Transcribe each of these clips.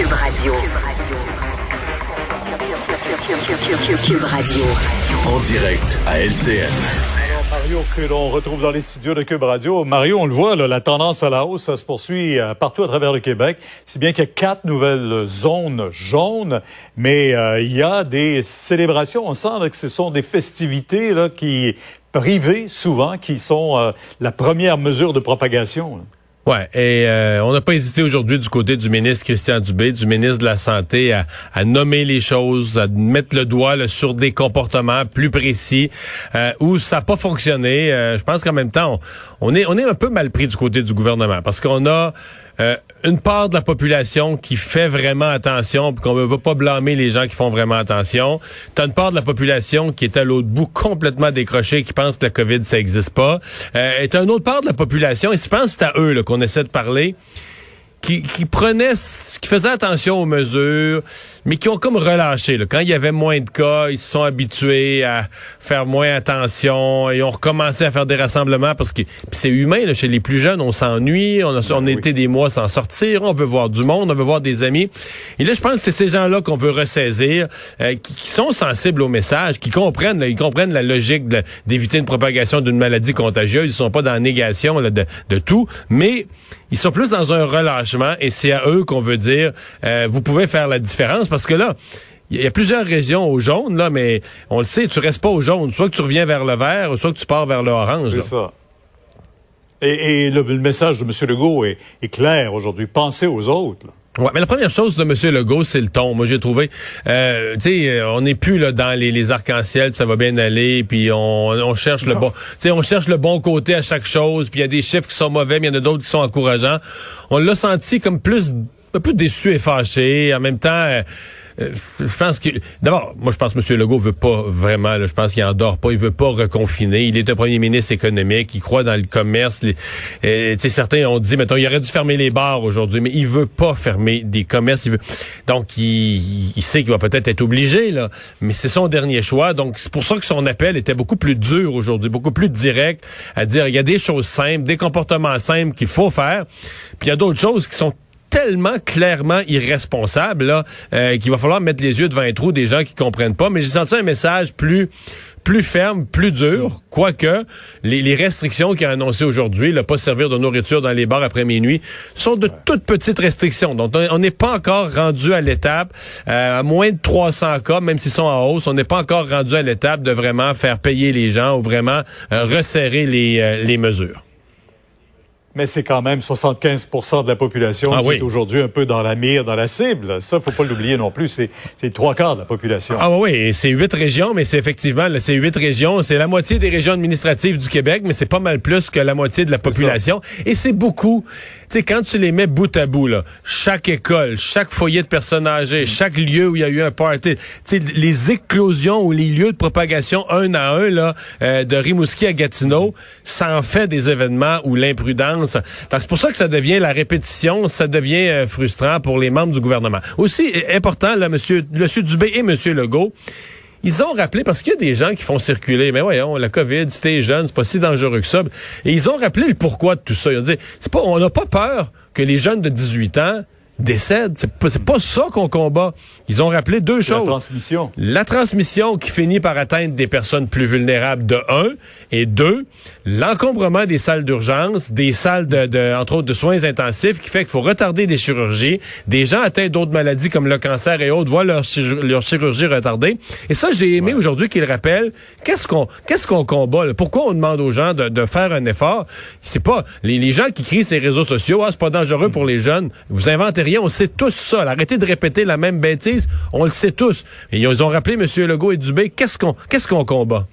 Cube Radio. Cube Radio. En direct à LCN. Mario, que l'on retrouve dans les studios de Cube Radio. Mario, on le voit, là, la tendance à la hausse, ça se poursuit partout à travers le Québec. Si bien qu'il y a 4 nouvelles zones jaunes, mais il y a des célébrations. On sent là, que ce sont des festivités là, privées, souvent, qui sont la première mesure de propagation. Là. Ouais, et on n'a pas hésité aujourd'hui du côté du ministre Christian Dubé, du ministre de la Santé, à nommer les choses, à mettre le doigt là, sur des comportements plus précis où ça n'a pas fonctionné. Je pense qu'en même temps, on est un peu mal pris du côté du gouvernement parce qu'on a une part de la population qui fait vraiment attention, puis qu'on ne veut pas blâmer les gens qui font vraiment attention. T'as une part de la population qui est à l'autre bout complètement décrochée, qui pense que la COVID, ça existe pas. Et t'as une autre part de la population, et je pense que c'est à eux là, qu'on essaie de parler, qui faisaient attention aux mesures, mais qui ont comme relâché. Là. Quand il y avait moins de cas, ils se sont habitués à faire moins attention et ont recommencé à faire des rassemblements parce que c'est humain. Là, chez les plus jeunes, on s'ennuie, on a été des mois sans sortir, on veut voir du monde, on veut voir des amis. Et là, je pense que c'est ces gens-là qu'on veut ressaisir, qui sont sensibles au message, qui comprennent la logique d'éviter une propagation d'une maladie contagieuse. Ils sont pas dans la négation là, de tout, mais ils sont plus dans un relâchement et c'est à eux qu'on veut dire vous pouvez faire la différence parce que là, il y a plusieurs régions au jaune, là, mais on le sait, tu restes pas au jaune. Soit que tu reviens vers le vert, soit que tu pars vers le orange. C'est là. ça. Et le message de M. Legault est clair aujourd'hui. Pensez aux autres. Là. Ouais, mais la première chose de M. Legault, c'est le ton. Moi, j'ai trouvé, tu sais, on n'est plus là dans les arcs-en-ciel, puis ça va bien aller, puis on cherche le bon, tu sais, on cherche le bon côté à chaque chose, puis il y a des chiffres qui sont mauvais, mais il y en a d'autres qui sont encourageants. On l'a senti comme un peu déçu et fâché. En même temps, je pense que d'abord, moi je pense que M. Legault veut pas vraiment, là, je pense qu'il en dort pas, il veut pas reconfiner. Il est un premier ministre économique, il croit dans le commerce. Tu sais, certains ont dit, mettons, il aurait dû fermer les bars aujourd'hui, mais il veut pas fermer des commerces. Donc il sait qu'il va peut-être être obligé là, mais c'est son dernier choix. Donc c'est pour ça que son appel était beaucoup plus dur aujourd'hui, beaucoup plus direct, à dire il y a des choses simples, des comportements simples qu'il faut faire, puis il y a d'autres choses qui sont tellement clairement irresponsable là, qu'il va falloir mettre les yeux devant un trou des gens qui comprennent pas. Mais j'ai senti un message plus ferme, plus dur, quoique les restrictions qu'il a annoncées aujourd'hui, le pas servir de nourriture dans les bars après minuit, sont de toutes petites restrictions. Donc on n'est pas encore rendu à l'étape, à moins de 300 cas, même s'ils sont en hausse, on n'est pas encore rendu à l'étape de vraiment faire payer les gens ou vraiment resserrer les mesures. Mais c'est quand même 75% de la population qui est aujourd'hui un peu dans la mire, dans la cible. Ça, faut pas l'oublier non plus. C'est 3/4 de la population. Ah oui, et c'est 8 régions, mais c'est effectivement, là, c'est 8 régions. C'est la moitié des régions administratives du Québec, mais c'est pas mal plus que la moitié de la population. Ça. Et c'est beaucoup. Tu sais, quand tu les mets bout à bout, là, chaque école, chaque foyer de personnes âgées, chaque lieu où il y a eu un party, tu sais, les éclosions ou les lieux de propagation un à un, là, de Rimouski à Gatineau, ça en fait des événements où l'imprudence. Donc, c'est pour ça que ça devient la répétition, ça devient frustrant pour les membres du gouvernement. Aussi, important, là, monsieur Dubé et monsieur Legault, ils ont rappelé, parce qu'il y a des gens qui font circuler, mais voyons, la COVID, si t'es jeune, c'est pas si dangereux que ça. Et ils ont rappelé le pourquoi de tout ça. Ils ont dit, on n'a pas peur que les jeunes de 18 ans décèdent. C'est pas ça qu'on combat. Ils ont rappelé deux choses. La transmission qui finit par atteindre des personnes plus vulnérables de 1 et 2, l'encombrement des salles d'urgence, des salles entre autres de soins intensifs qui fait qu'il faut retarder des chirurgies, des gens atteints d'autres maladies comme le cancer et autres voient leur chirurgie retardée. Et ça, j'ai aimé aujourd'hui qu'ils rappellent qu'est-ce qu'on combat, là? Pourquoi on demande aux gens de faire un effort? C'est pas les gens qui crient sur les réseaux sociaux, c'est pas dangereux pour les jeunes. Vous inventez rien, on sait tous ça. Arrêtez de répéter la même bêtise, on le sait tous. Et ils ont rappelé M. Legault et Dubé, qu'est-ce qu'on combat?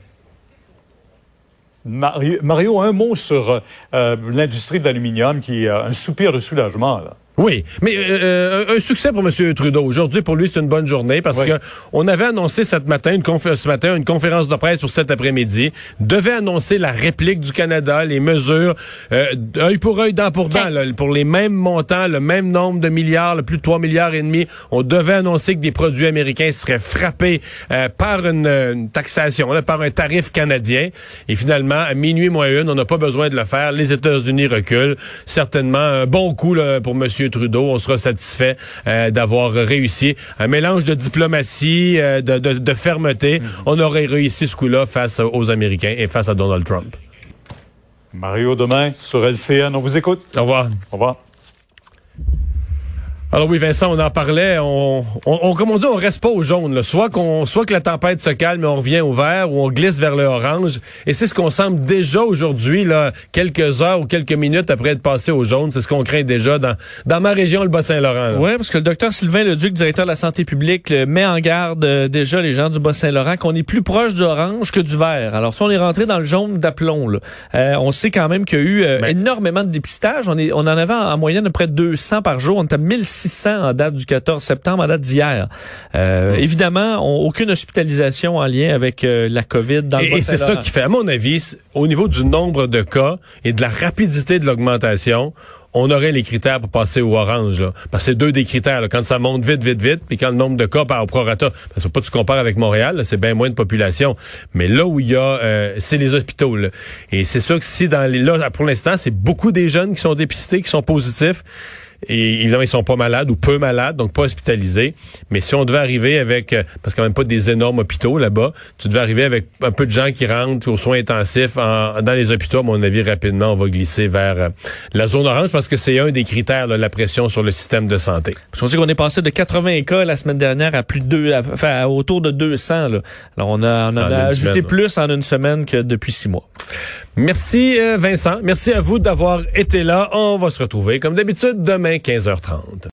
Mario, un mot sur l'industrie de l'aluminium qui a un soupir de soulagement, là. Oui, mais un succès pour M. Trudeau. Aujourd'hui, pour lui, c'est une bonne journée parce que on avait annoncé ce matin une conférence de presse pour cet après-midi. Devait annoncer la réplique du Canada, les mesures, œil pour œil, dent pour dent, là, pour les mêmes montants, le même nombre de milliards, plus de 3,5 milliards. On devait annoncer que des produits américains seraient frappés par une taxation, là, par un tarif canadien. Et finalement, à minuit moins une, on n'a pas besoin de le faire. Les États-Unis reculent. Certainement un bon coup là, pour M. Trudeau, on sera satisfait d'avoir réussi. Un mélange de diplomatie, de fermeté. On aurait réussi ce coup-là face aux Américains et face à Donald Trump. Mario, demain, sur LCN, on vous écoute. Au revoir. Au revoir. Alors oui, Vincent, on en parlait. Comme on dit, on reste pas au jaune. Là. Soit que la tempête se calme et on revient au vert, ou on glisse vers le orange. Et c'est ce qu'on semble déjà aujourd'hui, là, quelques heures ou quelques minutes après être passé au jaune. C'est ce qu'on craint déjà dans ma région, le Bas-Saint-Laurent. Oui, parce que le docteur Sylvain Leduc, directeur de la santé publique, met en garde déjà les gens du Bas-Saint-Laurent qu'on est plus proche de l'orange que du vert. Alors si on est rentré dans le jaune d'aplomb, là, on sait quand même qu'il y a eu énormément de dépistage. On en avait en moyenne de près de 200 par jour. On était à 1600 en date du 14 septembre, en date d'hier. Évidemment, aucune hospitalisation en lien avec la COVID dans le Bas-Saint-Laurent. Et c'est ça qui fait, à mon avis, au niveau du nombre de cas et de la rapidité de l'augmentation, on aurait les critères pour passer au orange, là. Parce que c'est deux des critères, là. Quand ça monte vite, puis quand le nombre de cas par prorata, parce que faut pas que tu compares avec Montréal, là, c'est bien moins de population. Mais là où il y a, c'est les hôpitaux, là. Et c'est sûr que si là, pour l'instant, c'est beaucoup des jeunes qui sont dépistés, qui sont positifs. Et évidemment, ils sont pas malades ou peu malades, donc pas hospitalisés. Mais si on devait arriver avec, parce qu'il n'y a même pas des énormes hôpitaux là-bas, tu devais arriver avec un peu de gens qui rentrent aux soins intensifs dans les hôpitaux. À mon avis, rapidement, on va glisser vers la zone orange parce que c'est un des critères, là, la pression sur le système de santé. Parce qu'on dit qu'on est passé de 80 cas la semaine dernière à autour de 200. Là. Alors on a ajouté plus en une semaine que depuis 6 mois. Merci Vincent. Merci à vous d'avoir été là. On va se retrouver comme d'habitude demain 15h30.